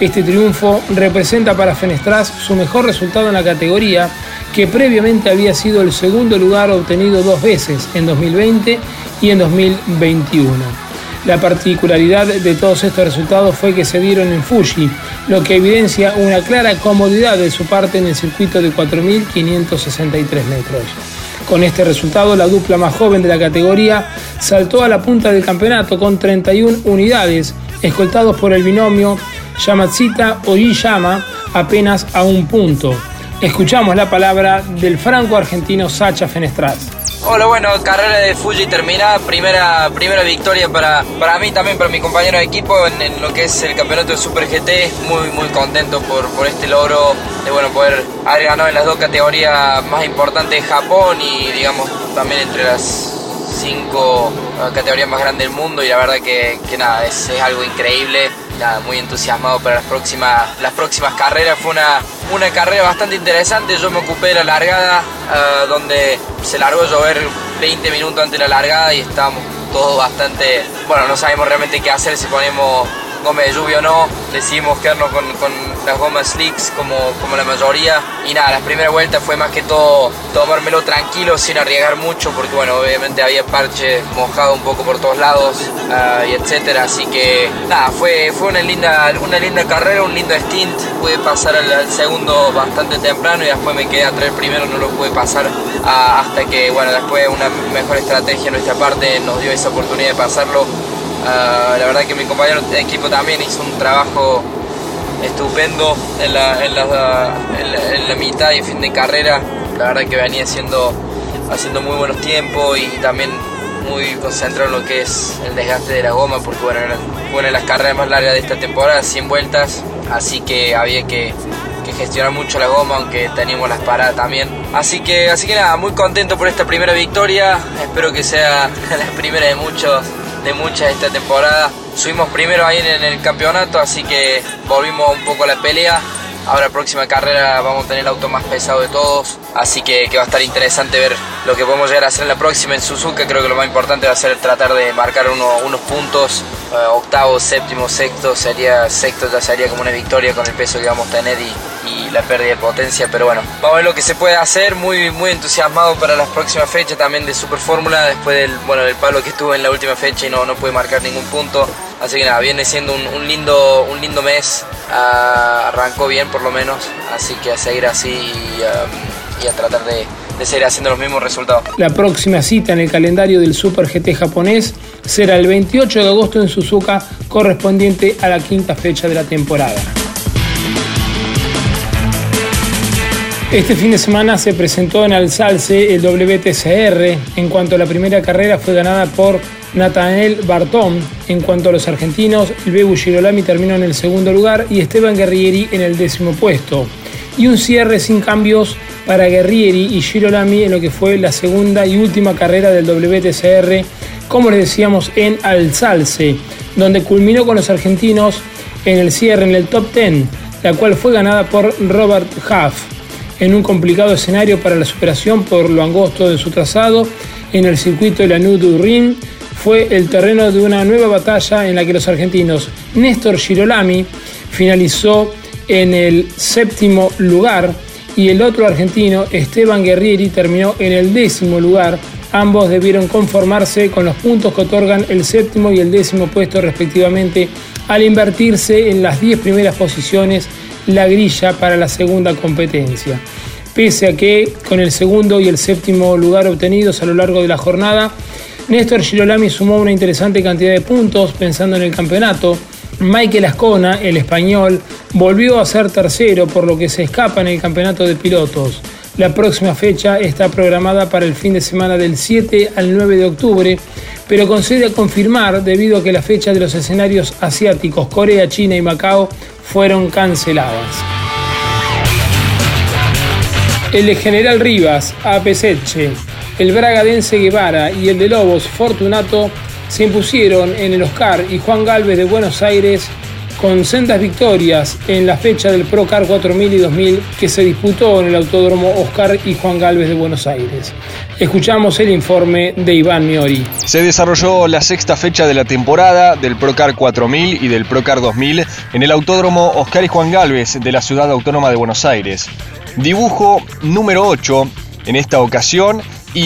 Este triunfo representa para Fenestraz su mejor resultado en la categoría, que previamente había sido el segundo lugar obtenido dos veces, en dos mil veinte y en dos mil veintiuno. La particularidad de todos estos resultados fue que se dieron en Fuji, lo que evidencia una clara comodidad de su parte en el circuito de cuatro mil quinientos sesenta y tres metros. Con este resultado, la dupla más joven de la categoría saltó a la punta del campeonato con treinta y una unidades, escoltados por el binomio Yamatsuta Oyiyama apenas a un punto. Escuchamos la palabra del franco-argentino Sacha Fenestraz. Hola, bueno, carrera de Fuji terminada, primera, primera victoria para, para mí, también para mi compañero de equipo en, en lo que es el campeonato de Super G T. Muy, muy contento por, por este logro de bueno, poder haber ganado en las dos categorías más importantes de Japón y digamos también entre las cinco categorías más grandes del mundo, y la verdad que, que nada, es, es algo increíble. Nada, muy entusiasmado para las próximas, las próximas carreras. Fue una, una carrera bastante interesante. Yo me ocupé de la largada, uh, donde se largó a llover veinte minutos antes de la largada y estábamos todos bastante... Bueno, no sabemos realmente qué hacer, si ponemos goma de lluvia o no. Decidimos quedarnos con, con las gomas slicks como, como la mayoría. Y nada, la primera vuelta fue más que todo tomármelo tranquilo, sin arriesgar mucho, porque bueno, obviamente había parche mojado un poco por todos lados, uh, y etcétera. Así que nada, fue, fue una, linda, una linda carrera, un lindo stint. Pude pasar al, al segundo bastante temprano y después me quedé atrás del primero, no lo pude pasar uh, hasta que bueno, después una mejor estrategia en nuestra parte nos dio esa oportunidad de pasarlo. Uh, la verdad que mi compañero de equipo también hizo un trabajo estupendo en la, en, la, en, la, en la mitad y fin de carrera. La verdad que venía haciendo, haciendo muy buenos tiempos y también muy concentrado en lo que es el desgaste de la goma, porque bueno, era una de las carreras más largas de esta temporada, cien vueltas, así que había que, que gestionar mucho la goma, aunque teníamos las paradas también. Así que, así que nada, muy contento por esta primera victoria. Espero que sea la primera de muchos de muchas esta temporada. Subimos primero ahí en el campeonato, así que volvimos un poco a la pelea. Ahora próxima carrera vamos a tener el auto más pesado de todos, así que, que va a estar interesante ver lo que podemos llegar a hacer en la próxima en Suzuka. Creo que lo más importante va a ser tratar de marcar uno, unos puntos, uh, octavo, séptimo, sexto, sería sexto ya sería como una victoria con el peso que vamos a tener y, y la pérdida de potencia, pero bueno, vamos a ver lo que se puede hacer. Muy, muy entusiasmado para las próximas fechas también de Super Fórmula, después del, bueno, del palo que estuve en la última fecha y no, no pude marcar ningún punto. Así que nada, viene siendo un, un, lindo, un lindo mes, uh, arrancó bien por lo menos, así que a seguir así y, um, y a tratar de, de seguir haciendo los mismos resultados. La próxima cita en el calendario del Super G T japonés será el veintiocho de agosto en Suzuka, correspondiente a la quinta fecha de la temporada. Este fin de semana se presentó en Alsalce el W T C R. En cuanto a la primera carrera, fue ganada por Nathanael Bartón. En cuanto a los argentinos, el Bebu Girolami terminó en el segundo lugar y Esteban Guerrieri en el décimo puesto. Y un cierre sin cambios para Guerrieri y Girolami en lo que fue la segunda y última carrera del W T C R, como les decíamos, en Alsalce, donde culminó con los argentinos en el cierre en el top diez, la cual fue ganada por Robert Huff. En un complicado escenario para la superación por lo angosto de su trazado, en el circuito de la Nürburgring, fue el terreno de una nueva batalla en la que los argentinos Néstor Girolami finalizó en el séptimo lugar y el otro argentino Esteban Guerrieri terminó en el décimo lugar. Ambos debieron conformarse con los puntos que otorgan el séptimo y el décimo puesto respectivamente, al invertirse en las diez primeras posiciones la grilla para la segunda competencia. Pese a que con el segundo y el séptimo lugar obtenidos a lo largo de la jornada, Néstor Girolami sumó una interesante cantidad de puntos pensando en el campeonato. Michael Ascona, el español, volvió a ser tercero, por lo que se escapa en el campeonato de pilotos. La próxima fecha está programada para el fin de semana del siete al nueve de octubre, pero concede a confirmar debido a que la fecha de los escenarios asiáticos, Corea, China y Macao, fueron canceladas. El de General Rivas, Apeseche, el bragadense Guevara y el de Lobos, Fortunato, se impusieron en el Oscar y Juan Galvez de Buenos Aires con sendas victorias en la fecha del Procar cuatro mil y dos mil que se disputó en el Autódromo Oscar y Juan Gálvez de Buenos Aires. Escuchamos el informe de Iván Miori. Se desarrolló la sexta fecha de la temporada del Procar cuatro mil y del Procar dos mil en el Autódromo Oscar y Juan Gálvez de la Ciudad Autónoma de Buenos Aires. Dibujo número ocho en esta ocasión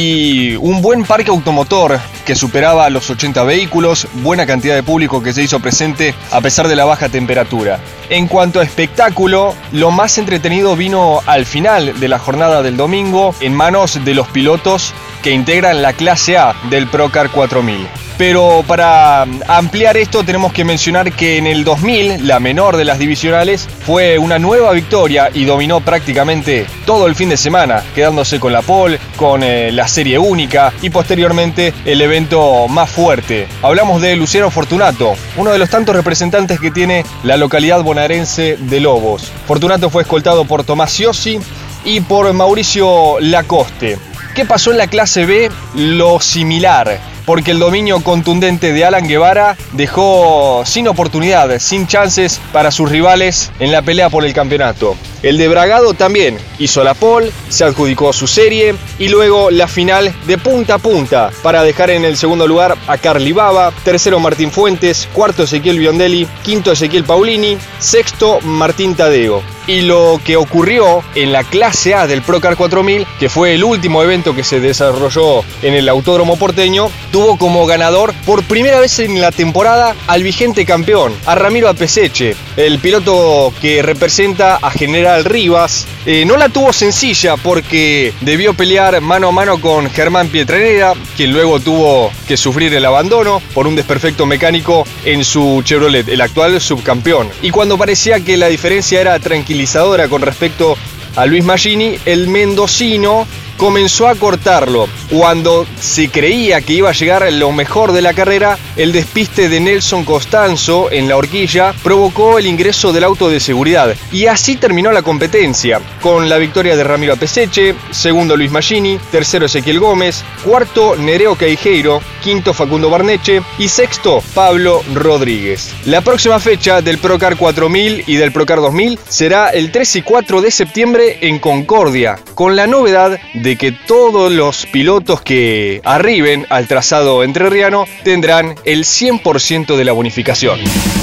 y un buen parque automotor que superaba los ochenta vehículos, buena cantidad de público que se hizo presente a pesar de la baja temperatura. En cuanto a espectáculo, lo más entretenido vino al final de la jornada del domingo en manos de los pilotos que integran la clase A del Procar cuatro mil. Pero para ampliar esto tenemos que mencionar que en el dos mil, la menor de las divisionales, fue una nueva victoria y dominó prácticamente todo el fin de semana, quedándose con la pole, con eh, la serie única y posteriormente el evento más fuerte. Hablamos de Luciano Fortunato, uno de los tantos representantes que tiene la localidad bonaerense de Lobos. Fortunato fue escoltado por Tomás Sciossi y por Mauricio Lacoste. ¿Qué pasó en la clase B? Lo similar, porque el dominio contundente de Alan Guevara dejó sin oportunidad, sin chances para sus rivales en la pelea por el campeonato. El de Bragado también hizo la pole, se adjudicó su serie y luego la final de punta a punta para dejar en el segundo lugar a Carly Baba, tercero Martín Fuentes, cuarto Ezequiel Biondelli, quinto Ezequiel Paulini, sexto Martín Tadeo. Y lo que ocurrió en la clase A del Procar cuatro mil, que fue el último evento que se desarrolló en el Autódromo porteño, tuvo como ganador por primera vez en la temporada al vigente campeón, a Ramiro Apeseche, el piloto que representa a General Rivas. Eh, no la tuvo sencilla porque debió pelear mano a mano con Germán Pietranera, quien luego tuvo que sufrir el abandono por un desperfecto mecánico en su Chevrolet, el actual subcampeón. Y cuando parecía que la diferencia era tranquilizadora con respecto a Luis Maggini, el mendocino comenzó a cortarlo. Cuando se creía que iba a llegar lo mejor de la carrera, el despiste de Nelson Costanzo en la horquilla provocó el ingreso del auto de seguridad. Y así terminó la competencia, con la victoria de Ramiro Apeseche, segundo Luis Maggini, tercero Ezequiel Gómez, cuarto Nereo Queijeiro, quinto Facundo Barneche y sexto Pablo Rodríguez. La próxima fecha del Procar cuatro mil y del Procar dos mil será el tres y cuatro de septiembre en Concordia, con la novedad de que todos los pilotos que arriben al trazado entrerriano tendrán el cien por ciento de la bonificación.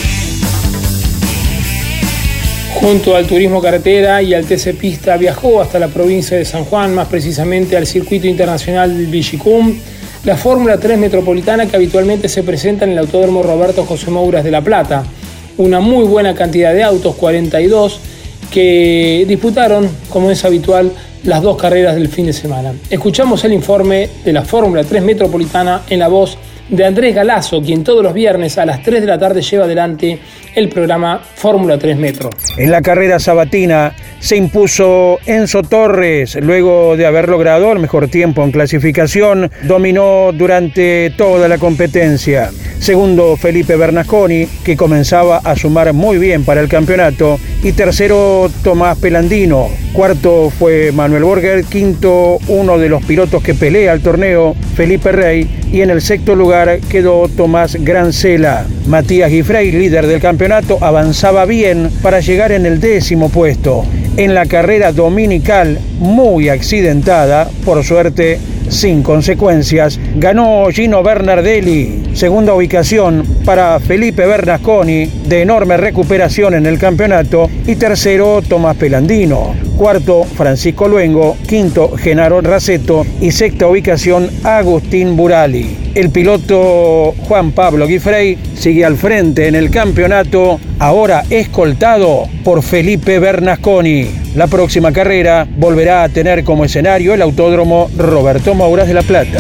Junto al Turismo Carretera y al T C Pista viajó hasta la provincia de San Juan, más precisamente al Circuito Internacional del Villicum, la Fórmula tres Metropolitana que habitualmente se presenta en el Autódromo Roberto José Mouras de La Plata. Una muy buena cantidad de autos, cuarenta y dos, que disputaron, como es habitual, las dos carreras del fin de semana. Escuchamos el informe de la Fórmula tres Metropolitana en la voz de Andrés Galazo, quien todos los viernes a las tres de la tarde lleva adelante el programa Fórmula tres Metro. En la carrera sabatina se impuso Enzo Torres, luego de haber logrado el mejor tiempo en clasificación, dominó durante toda la competencia. Segundo, Felipe Bernasconi, que comenzaba a sumar muy bien para el campeonato, y tercero, Tomás Pelandino. Cuarto fue Manuel Borger, quinto, uno de los pilotos que pelea el torneo, Felipe Rey, y en el sexto lugar quedó Tomás Grancela. Matías Guifrey, líder del campeonato, avanzaba bien para llegar en el décimo puesto. En la carrera dominical, muy accidentada, por suerte sin consecuencias, ganó Gino Bernardelli. Segunda ubicación para Felipe Bernasconi, de enorme recuperación en el campeonato, y tercero Tomás Pelandino. Cuarto, Francisco Luengo, quinto, Genaro Raceto y sexta ubicación, Agustín Burali. El piloto Juan Pablo Guifrey sigue al frente en el campeonato, ahora escoltado por Felipe Bernasconi. La próxima carrera volverá a tener como escenario el Autódromo Roberto Mouras de La Plata.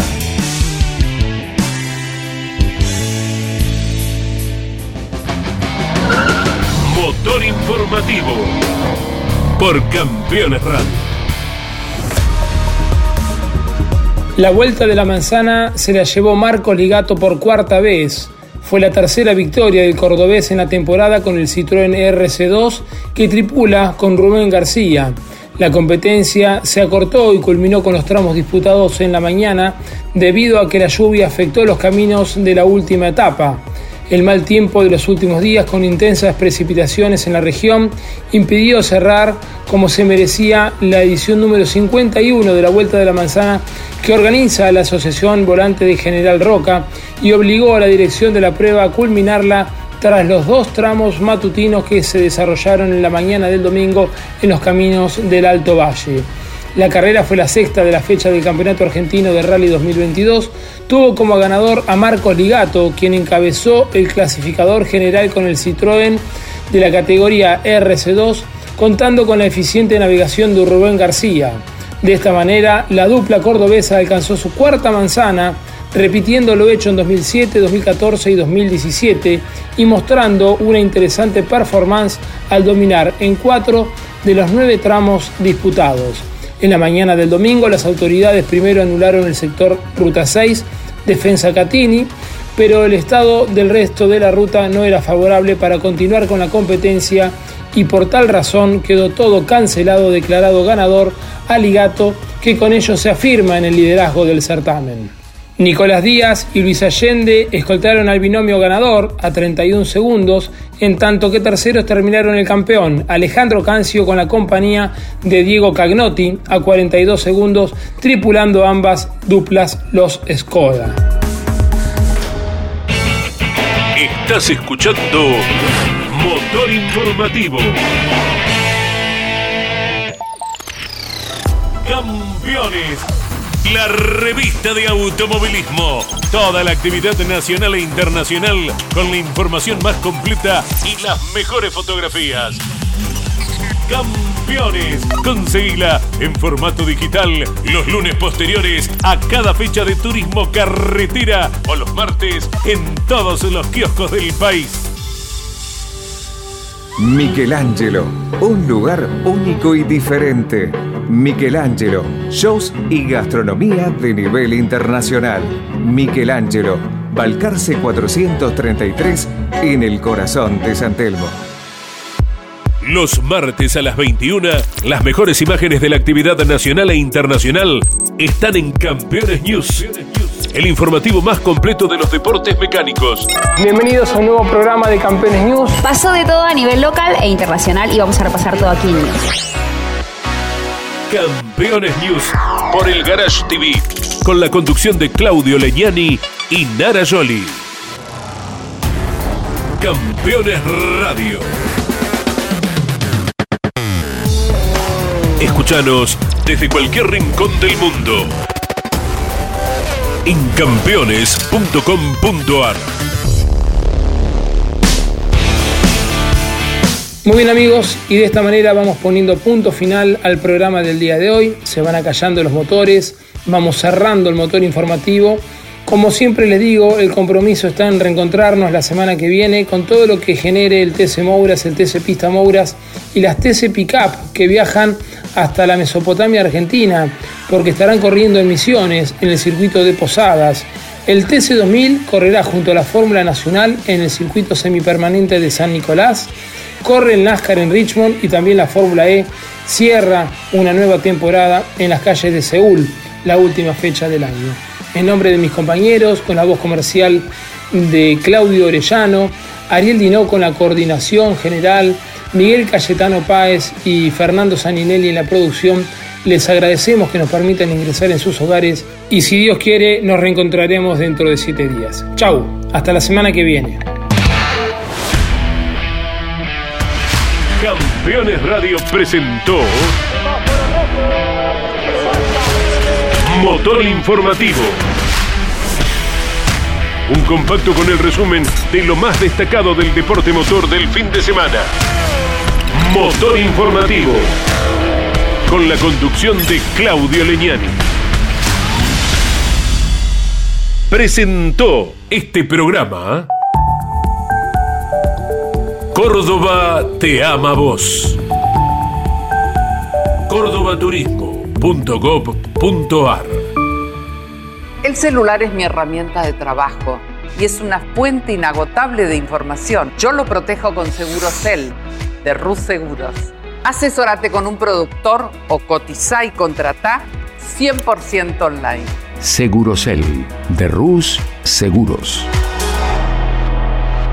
Motor informativo por Campeones Radio. La Vuelta de la Manzana se la llevó Marcos Ligato por cuarta vez. Fue la tercera victoria del cordobés en la temporada con el Citroën R C dos que tripula con Rubén García. La competencia se acortó y culminó con los tramos disputados en la mañana debido a que la lluvia afectó los caminos de la última etapa. El mal tiempo de los últimos días, con intensas precipitaciones en la región, impidió cerrar como se merecía la edición número cincuenta y uno de la Vuelta de la Manzana que organiza la Asociación Volante de General Roca y obligó a la dirección de la prueba a culminarla tras los dos tramos matutinos que se desarrollaron en la mañana del domingo en los caminos del Alto Valle. La carrera fue la sexta de la fecha del Campeonato Argentino de Rally dos mil veintidós. Tuvo como ganador a Marcos Ligato, quien encabezó el clasificador general con el Citroën de la categoría R C dos, contando con la eficiente navegación de Rubén García. De esta manera, la dupla cordobesa alcanzó su cuarta manzana, repitiendo lo hecho en dos mil siete, dos mil catorce y dos mil diecisiete y mostrando una interesante performance al dominar en cuatro de los nueve tramos disputados. En la mañana del domingo, las autoridades primero anularon el sector Ruta seis, Defensa Catini, pero el estado del resto de la ruta no era favorable para continuar con la competencia y por tal razón quedó todo cancelado, declarado ganador a Ligato, que con ello se afirma en el liderazgo del certamen. Nicolás Díaz y Luis Allende escoltaron al binomio ganador a treinta y un segundos, en tanto que terceros terminaron el campeón Alejandro Cancio con la compañía de Diego Cagnotti a cuarenta y dos segundos, tripulando ambas duplas los Skoda. Estás escuchando Motor Informativo. Campeones, la revista de automovilismo. Toda la actividad nacional e internacional con la información más completa y las mejores fotografías. Campeones, conseguila en formato digital los lunes posteriores a cada fecha de turismo carretera o los martes en todos los kioscos del país. Michelangelo, un lugar único y diferente. Michelangelo, shows y gastronomía de nivel internacional. Michelangelo, Balcarce cuatrocientos treinta y tres, en el corazón de San Telmo. Los martes a las veintiuna, las mejores imágenes de la actividad nacional e internacional están en Campeones News, el informativo más completo de los deportes mecánicos. Bienvenidos a un nuevo programa de Campeones News. Pasó de todo a nivel local e internacional y vamos a repasar todo aquí en News. Campeones News por el Garage T V, con la conducción de Claudio Legnani y Nara Joli. Campeones Radio. Escúchanos desde cualquier rincón del mundo en campeones punto com punto a r. Muy bien amigos, y de esta manera vamos poniendo punto final al programa del día de hoy. Se van acallando los motores, vamos cerrando el motor informativo. Como siempre les digo, el compromiso está en reencontrarnos la semana que viene con todo lo que genere el T C Mouras, el T C Pista Mouras y las T C Pickup que viajan hasta la Mesopotamia Argentina, porque estarán corriendo en Misiones, en el circuito de Posadas. El T C dos mil correrá junto a la Fórmula Nacional en el circuito semipermanente de San Nicolás. Corre el NASCAR en Richmond y también la Fórmula E cierra una nueva temporada en las calles de Seúl, la última fecha del año. En nombre de mis compañeros, con la voz comercial de Claudio Orellano, Ariel Dinó con la coordinación general, Miguel Cayetano Páez y Fernando Saninelli en la producción, les agradecemos que nos permitan ingresar en sus hogares y si Dios quiere nos reencontraremos dentro de siete días. Chau, hasta la semana que viene. Campeones Radio presentó Motor Informativo, un compacto con el resumen de lo más destacado del deporte motor del fin de semana. Motor Informativo, con la conducción de Claudio Legnani. Presentó este programa Córdoba te ama a vos. córdoba turismo punto gob punto a r. El celular es mi herramienta de trabajo y es una fuente inagotable de información. Yo lo protejo con Segurocel de Rus Seguros. Asesórate con un productor o cotizá y contratá cien por ciento online. Segurocel de Rus Seguros.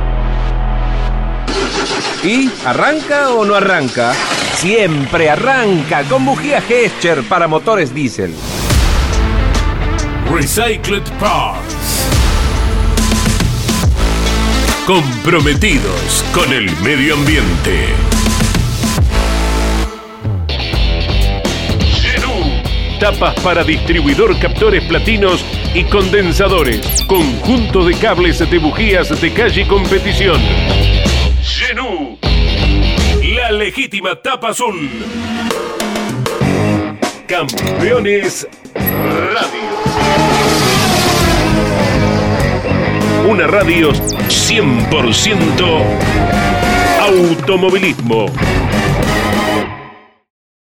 ¿Y arranca o no arranca? Siempre arranca con bujía Gescher para motores diésel. Recycled Parts. Comprometidos con el medio ambiente. Genú. Tapas para distribuidor, captores platinos y condensadores. Conjunto de cables de bujías de calle y competición. Genú. La legítima tapa azul. Campeones Radio. Una radio cien por ciento automovilismo.